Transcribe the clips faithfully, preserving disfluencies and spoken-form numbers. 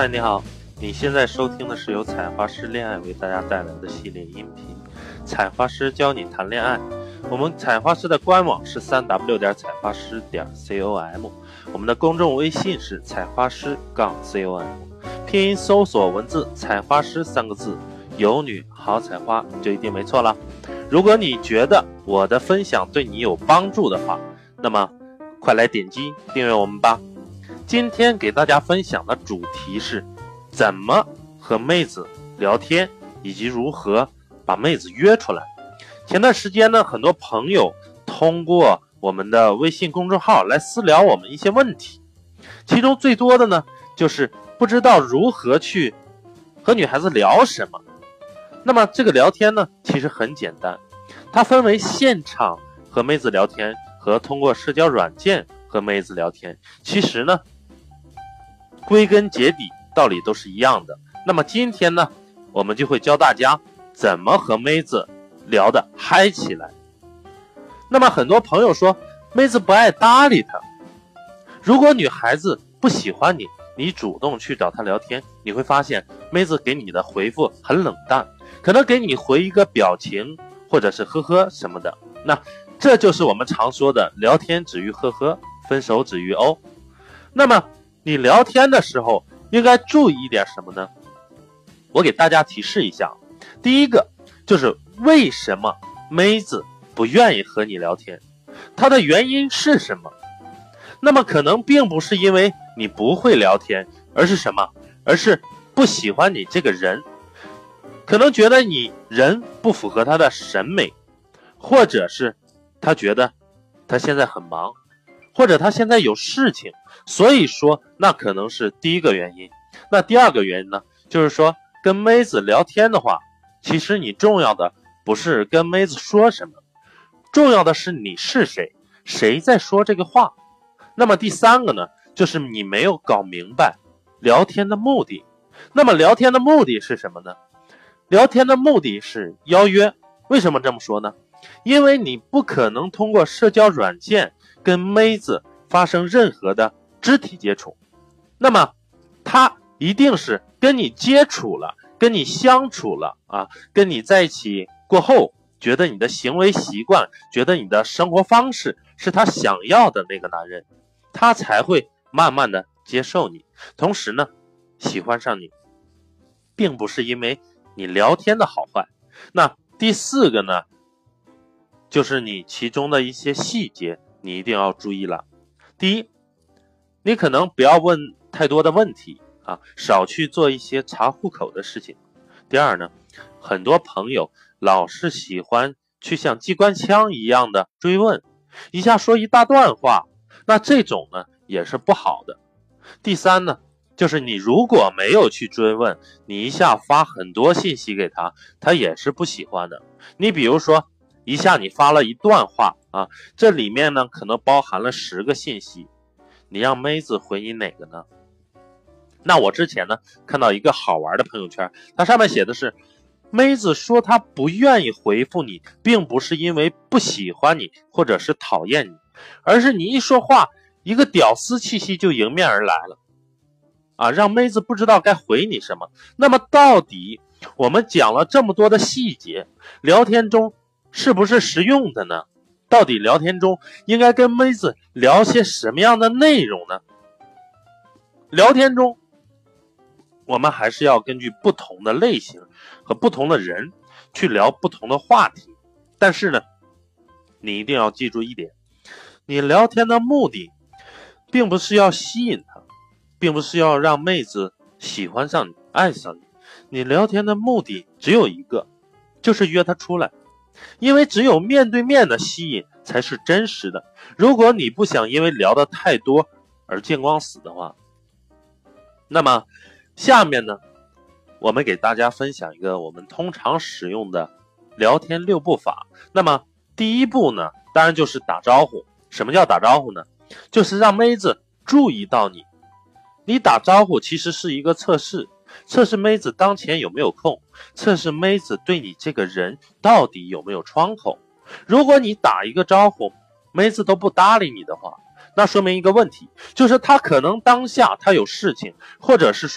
嗨，你好，你现在收听的是由采花师恋爱为大家带来的系列音频，采花师教你谈恋爱。我们采花师的官网是 三 w 点采花师点 com， 我们的公众微信是采花师杠 com， 拼音搜索文字采花师三个字，有女好采花就一定没错了。如果你觉得我的分享对你有帮助的话，那么快来点击订阅我们吧。今天给大家分享的主题是怎么和妹子聊天，以及如何把妹子约出来。前段时间呢，很多朋友通过我们的微信公众号来私聊我们一些问题，其中最多的呢就是不知道如何去和女孩子聊什么。那么这个聊天呢其实很简单，它分为现场和妹子聊天和通过社交软件和妹子聊天，其实呢归根结底道理都是一样的。那么今天呢我们就会教大家怎么和妹子聊得嗨起来。那么很多朋友说妹子不爱搭理他，如果女孩子不喜欢你，你主动去找她聊天，你会发现妹子给你的回复很冷淡，可能给你回一个表情或者是呵呵什么的。那这就是我们常说的聊天止于呵呵，分手止于欧。那么你聊天的时候应该注意一点什么呢？我给大家提示一下，第一个就是为什么妹子不愿意和你聊天，她的原因是什么？那么可能并不是因为你不会聊天，而是什么？而是不喜欢你这个人，可能觉得你人不符合她的审美，或者是她觉得她现在很忙，或者她现在有事情，所以说那可能是第一个原因。那第二个原因呢，就是说跟妹子聊天的话，其实你重要的不是跟妹子说什么，重要的是你是谁，谁在说这个话。那么第三个呢，就是你没有搞明白聊天的目的。那么聊天的目的是什么呢？聊天的目的是邀约。为什么这么说呢？因为你不可能通过社交软件跟妹子发生任何的肢体接触，那么她一定是跟你接触了，跟你相处了啊，跟你在一起过后，觉得你的行为习惯，觉得你的生活方式是他想要的那个男人，他才会慢慢的接受你，同时呢喜欢上你，并不是因为你聊天的好坏。那第四个呢，就是你其中的一些细节你一定要注意了。第一，你可能不要问太多的问题啊，少去做一些查户口的事情。第二呢，很多朋友老是喜欢去像机关枪一样的追问，一下说一大段话，那这种呢也是不好的。第三呢，就是你如果没有去追问，你一下发很多信息给他，他也是不喜欢的。你比如说一下你发了一段话啊，这里面呢可能包含了十个信息，你让妹子回你哪个呢？那我之前呢看到一个好玩的朋友圈，它上面写的是妹子说她不愿意回复你，并不是因为不喜欢你或者是讨厌你，而是你一说话，一个屌丝气息就迎面而来了啊，让妹子不知道该回你什么。那么到底我们讲了这么多的细节，聊天中是不是实用的呢？到底聊天中应该跟妹子聊些什么样的内容呢？聊天中我们还是要根据不同的类型和不同的人去聊不同的话题。但是呢，你一定要记住一点，你聊天的目的并不是要吸引她，并不是要让妹子喜欢上你，爱上你。你聊天的目的只有一个，就是约她出来。因为只有面对面的吸引才是真实的。如果你不想因为聊得太多而见光死的话，那么下面呢，我们给大家分享一个我们通常使用的聊天六步法。那么第一步呢，当然就是打招呼。什么叫打招呼呢？就是让妹子注意到你。你打招呼其实是一个测试，测试妹子当前有没有空，测试妹子对你这个人到底有没有窗口。如果你打一个招呼，妹子都不搭理你的话，那说明一个问题，就是她可能当下她有事情，或者是说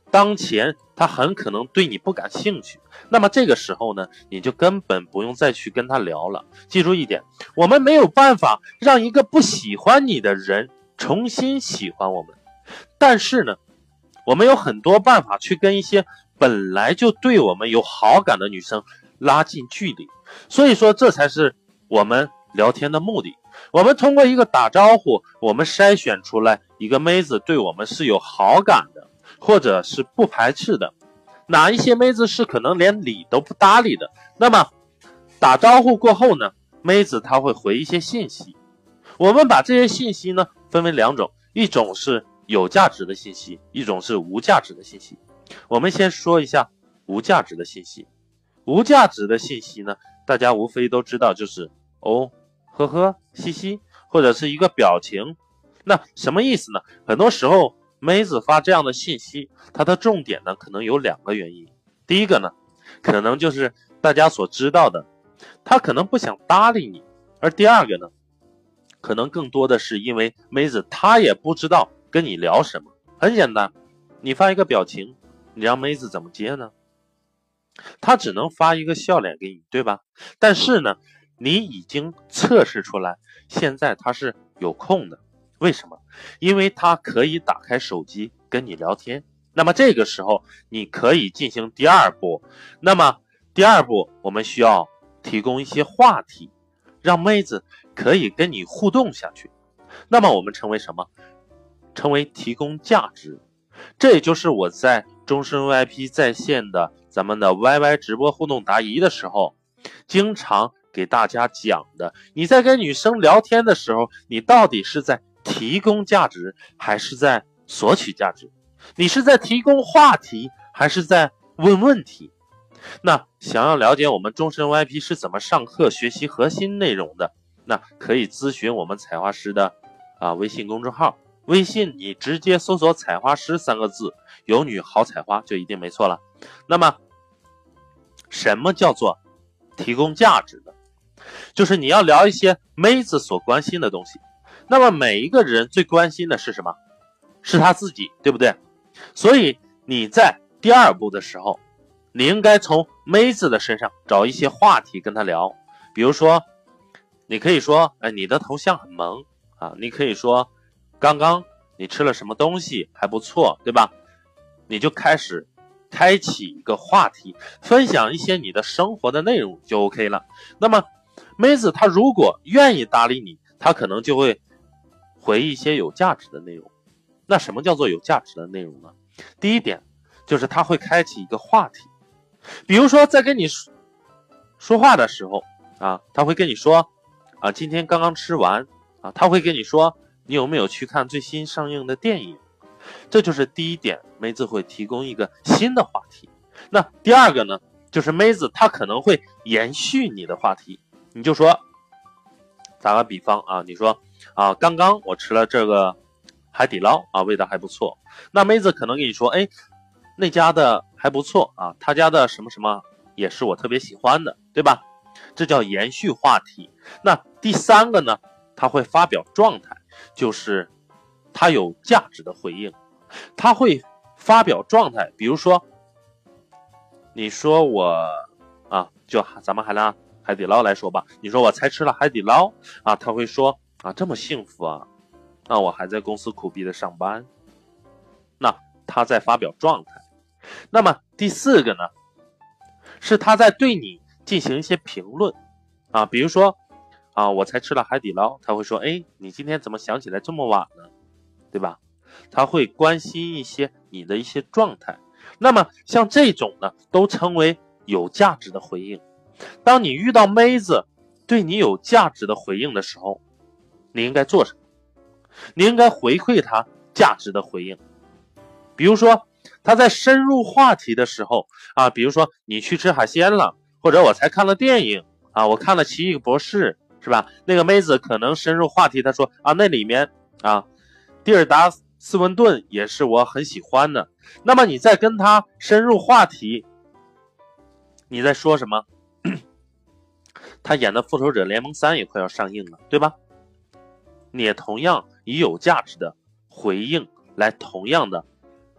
当前他很可能对你不感兴趣，那么这个时候呢，你就根本不用再去跟他聊了。记住一点，我们没有办法让一个不喜欢你的人重新喜欢我们，但是呢，我们有很多办法去跟一些本来就对我们有好感的女生拉近距离。所以说这才是我们聊天的目的。我们通过一个打招呼，我们筛选出来一个妹子对我们是有好感的，或者是不排斥的，哪一些妹子是可能连理都不搭理的。那么打招呼过后呢，妹子她会回一些信息，我们把这些信息呢分为两种，一种是有价值的信息，一种是无价值的信息。我们先说一下无价值的信息。无价值的信息呢，大家无非都知道，就是哦，呵呵，嘻嘻，或者是一个表情。那什么意思呢？很多时候妹子发这样的信息，它的重点呢可能有两个原因。第一个呢，可能就是大家所知道的，她可能不想搭理你。而第二个呢，可能更多的是因为妹子她也不知道跟你聊什么。很简单，你发一个表情，你让妹子怎么接呢？她只能发一个笑脸给你，对吧？但是呢，你已经测试出来，现在她是有空的。为什么？因为她可以打开手机跟你聊天。那么这个时候你可以进行第二步。那么第二步我们需要提供一些话题，让妹子可以跟你互动下去。那么我们称为什么？称为提供价值。这也就是我在终身 V I P 在线的咱们的 Y Y 直播互动答疑的时候经常给大家讲的。你在跟女生聊天的时候，你到底是在提供价值还是在索取价值？你是在提供话题还是在问问题？那想要了解我们终身 V I P 是怎么上课学习核心内容的，那可以咨询我们采花师的啊微信公众号。微信你直接搜索采花师三个字，有女好采花就一定没错了。那么什么叫做提供价值的？就是你要聊一些妹子所关心的东西。那么每一个人最关心的是什么？是他自己，对不对？所以你在第二步的时候，你应该从妹子的身上找一些话题跟她聊。比如说你可以说，哎，你的头像很萌啊，你可以说刚刚你吃了什么东西还不错，对吧？你就开始开启一个话题，分享一些你的生活的内容就 OK 了。那么妹子她如果愿意搭理你，她可能就会回一些有价值的内容。那什么叫做有价值的内容呢？第一点就是她会开启一个话题，比如说在跟你说话的时候啊，她会跟你说啊，今天刚刚吃完啊，她会跟你说你有没有去看最新上映的电影。这就是第一点，妹子会提供一个新的话题。那第二个呢，就是妹子她可能会延续你的话题。你就说，打个比方啊，你说啊，刚刚我吃了这个海底捞啊，味道还不错。那妹子可能跟你说，哎，那家的还不错啊，他家的什么什么也是我特别喜欢的，对吧？这叫延续话题。那第三个呢，他会发表状态，就是他有价值的回应。他会发表状态，比如说你说我啊，就咱们还拿海底捞来说吧，你说我才吃了海底捞啊，他会说啊，这么幸福啊，那我还在公司苦逼的上班。那他在发表状态。那么第四个呢，是他在对你进行一些评论啊，比如说啊，我才吃了海底捞，他会说，哎，你今天怎么想起来这么晚呢？对吧？他会关心一些你的一些状态。那么像这种呢，都称为有价值的回应。当你遇到妹子对你有价值的回应的时候，你应该做什么？你应该回馈她价值的回应。比如说她在深入话题的时候啊，比如说你去吃海鲜了，或者我才看了电影啊，我看了奇异博士，是吧？那个妹子可能深入话题，她说啊，那里面啊蒂尔达斯文顿也是我很喜欢的。那么你再跟他深入话题，你在说什么？他演的复仇者联盟三也快要上映了，对吧？你也同样以有价值的回应来同样的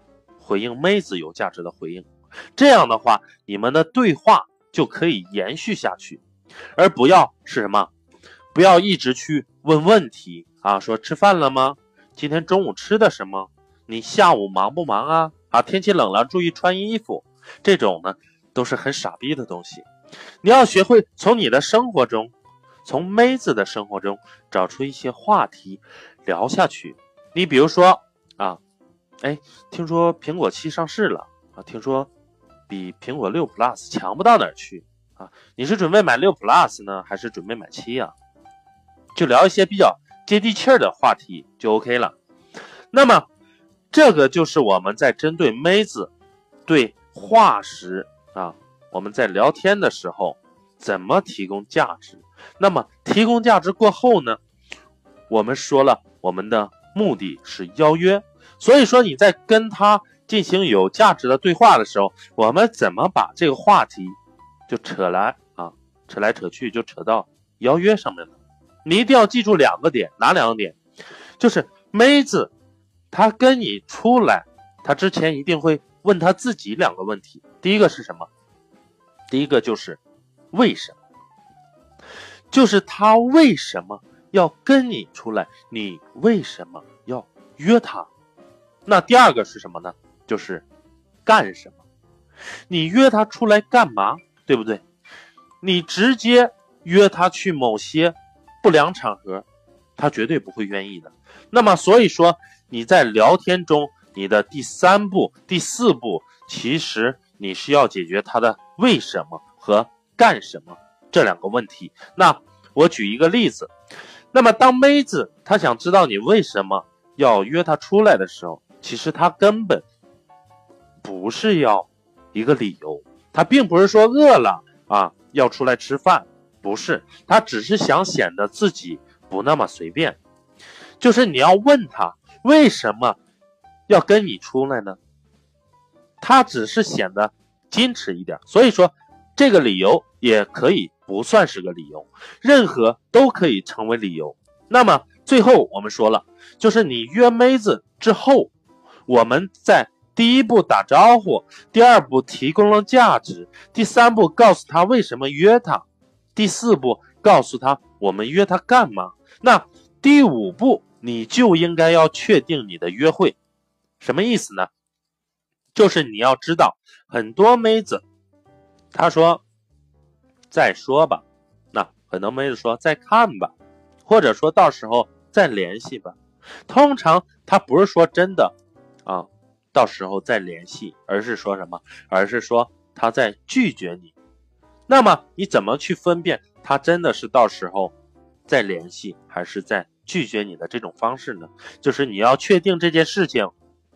回应妹子有价值的回应。这样的话，你们的对话就可以延续下去，而不要是什么？不要一直去问问题啊，说吃饭了吗？今天中午吃的什么？你下午忙不忙啊？啊，天气冷了，注意穿衣服。这种呢，都是很傻逼的东西。你要学会从你的生活中，从妹子的生活中找出一些话题聊下去。你比如说啊，哎，听说苹果七上市了啊，听说比苹果六 Plus 强不到哪儿去啊，你是准备买六 Plus 呢，还是准备买七啊？就聊一些比较接地气儿的话题就 OK 了。那么这个就是我们在针对妹子对话时啊，我们在聊天的时候怎么提供价值。那么提供价值过后呢，我们说了我们的目的是邀约，所以说你在跟他进行有价值的对话的时候，我们怎么把这个话题就扯来啊，扯来扯去就扯到邀约上面了。你一定要记住两个点，哪两个点？就是妹子她跟你出来，她之前一定会问她自己两个问题。第一个是什么？第一个就是为什么？就是她为什么要跟你出来？你为什么要约她？那第二个是什么呢？就是干什么？你约她出来干嘛？对不对？你直接约她去某些不良场合，他绝对不会愿意的。那么所以说你在聊天中，你的第三步第四步，其实你是要解决他的为什么和干什么这两个问题。那我举一个例子，那么当妹子她想知道你为什么要约她出来的时候，其实她根本不是要一个理由，她并不是说饿了啊要出来吃饭，不是，他只是想显得自己不那么随便。就是你要问他为什么要跟你出来呢？他只是显得矜持一点，所以说这个理由也可以不算是个理由，任何都可以成为理由。那么最后我们说了，就是你约妹子之后，我们在第一步打招呼，第二步提供了价值，第三步告诉他为什么约他，第四步告诉他我们约他干嘛。那第五步你就应该要确定你的约会。什么意思呢？就是你要知道，很多妹子她说再说吧，那很多妹子说再看吧，或者说到时候再联系吧。通常她不是说真的啊，到时候再联系，而是说什么？而是说她在拒绝你。那么你怎么去分辨他真的是到时候再联系，还是在拒绝你的这种方式呢？就是你要确定这件事情，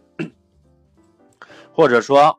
或者说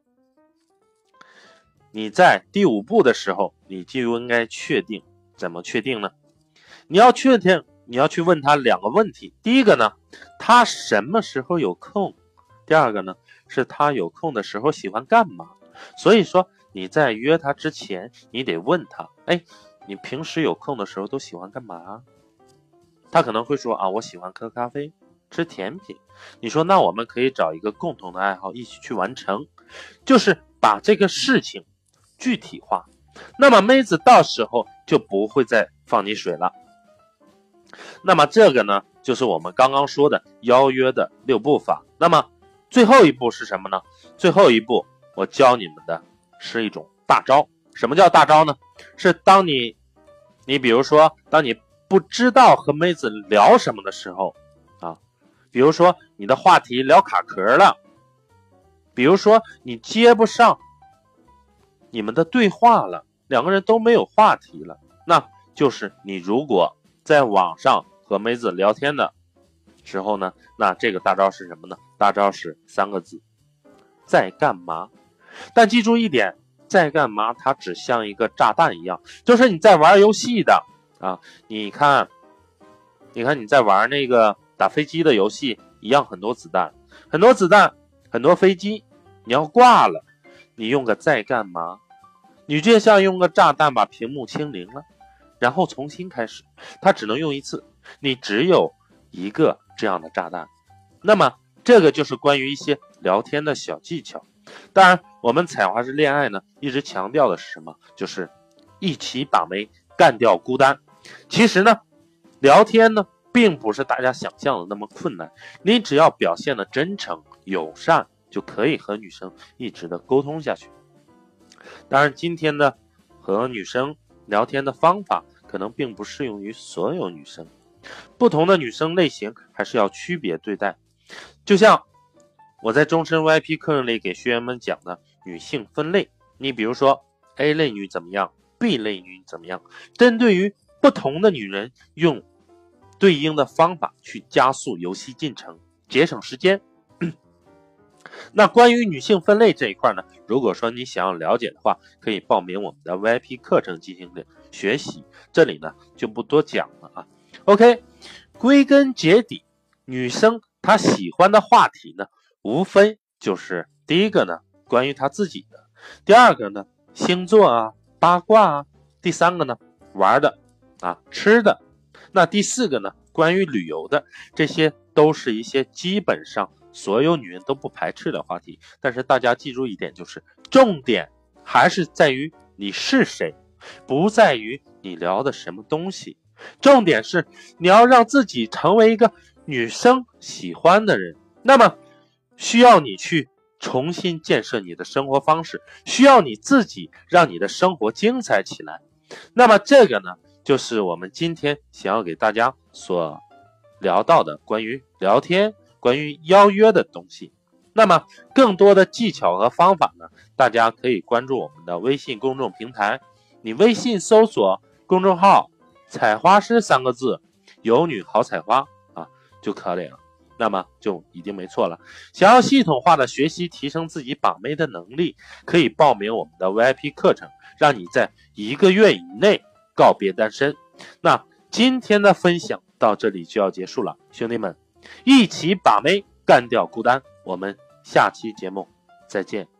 你在第五步的时候，你就应该确定。怎么确定呢？你要确定，你要去问他两个问题。第一个呢，他什么时候有空？第二个呢，是他有空的时候喜欢干嘛？所以说你在约他之前，你得问他，哎，你平时有空的时候都喜欢干嘛？他可能会说啊，我喜欢喝咖啡，吃甜品。你说那我们可以找一个共同的爱好一起去完成，就是把这个事情具体化。那么妹子到时候就不会再放你水了。那么这个呢，就是我们刚刚说的邀约的六步法。那么最后一步是什么呢？最后一步我教你们的是一种大招。什么叫大招呢？是当你你比如说当你不知道和妹子聊什么的时候啊，比如说你的话题聊卡壳了，比如说你接不上你们的对话了，两个人都没有话题了，那就是你如果在网上和妹子聊天的时候呢，那这个大招是什么呢？大招是三个字，在干嘛？但记住一点，在干嘛它只像一个炸弹一样，就是你在玩游戏的啊，你看你看你在玩那个打飞机的游戏一样，很多子弹很多子弹很多飞机，你要挂了，你用个在干嘛，你就像用个炸弹把屏幕清零了，然后重新开始，它只能用一次，你只有一个这样的炸弹。那么这个就是关于一些聊天的小技巧。当然，我们采花式恋爱呢，一直强调的是什么？就是一起把妹，干掉孤单。其实呢，聊天呢，并不是大家想象的那么困难，你只要表现的真诚、友善，就可以和女生一直的沟通下去。当然，今天的和女生聊天的方法可能并不适用于所有女生，不同的女生类型还是要区别对待。就像我在终身 V I P 课程里给学员们讲的女性分类，你比如说 A 类女怎么样， B 类女怎么样，针对于不同的女人，用对应的方法去加速游戏进程，节省时间。那关于女性分类这一块呢，如果说你想要了解的话，可以报名我们的 V I P 课程进行学习，这里呢就不多讲了啊。OK， 归根结底，女生她喜欢的话题呢，无非就是第一个呢关于她自己的，第二个呢星座啊、八卦啊，第三个呢玩的啊、吃的，那第四个呢关于旅游的，这些都是一些基本上所有女人都不排斥的话题。但是大家记住一点，就是重点还是在于你是谁，不在于你聊的什么东西。重点是你要让自己成为一个女生喜欢的人，那么需要你去重新建设你的生活方式，需要你自己让你的生活精彩起来。那么这个呢，就是我们今天想要给大家所聊到的关于聊天、关于邀约的东西。那么更多的技巧和方法呢，大家可以关注我们的微信公众平台，你微信搜索公众号采花师三个字，有女好采花啊就可以了，那么就已经没错了。想要系统化的学习提升自己把妹的能力，可以报名我们的 V I P 课程，让你在一个月以内告别单身。那今天的分享到这里就要结束了，兄弟们，一起把妹干掉孤单，我们下期节目再见。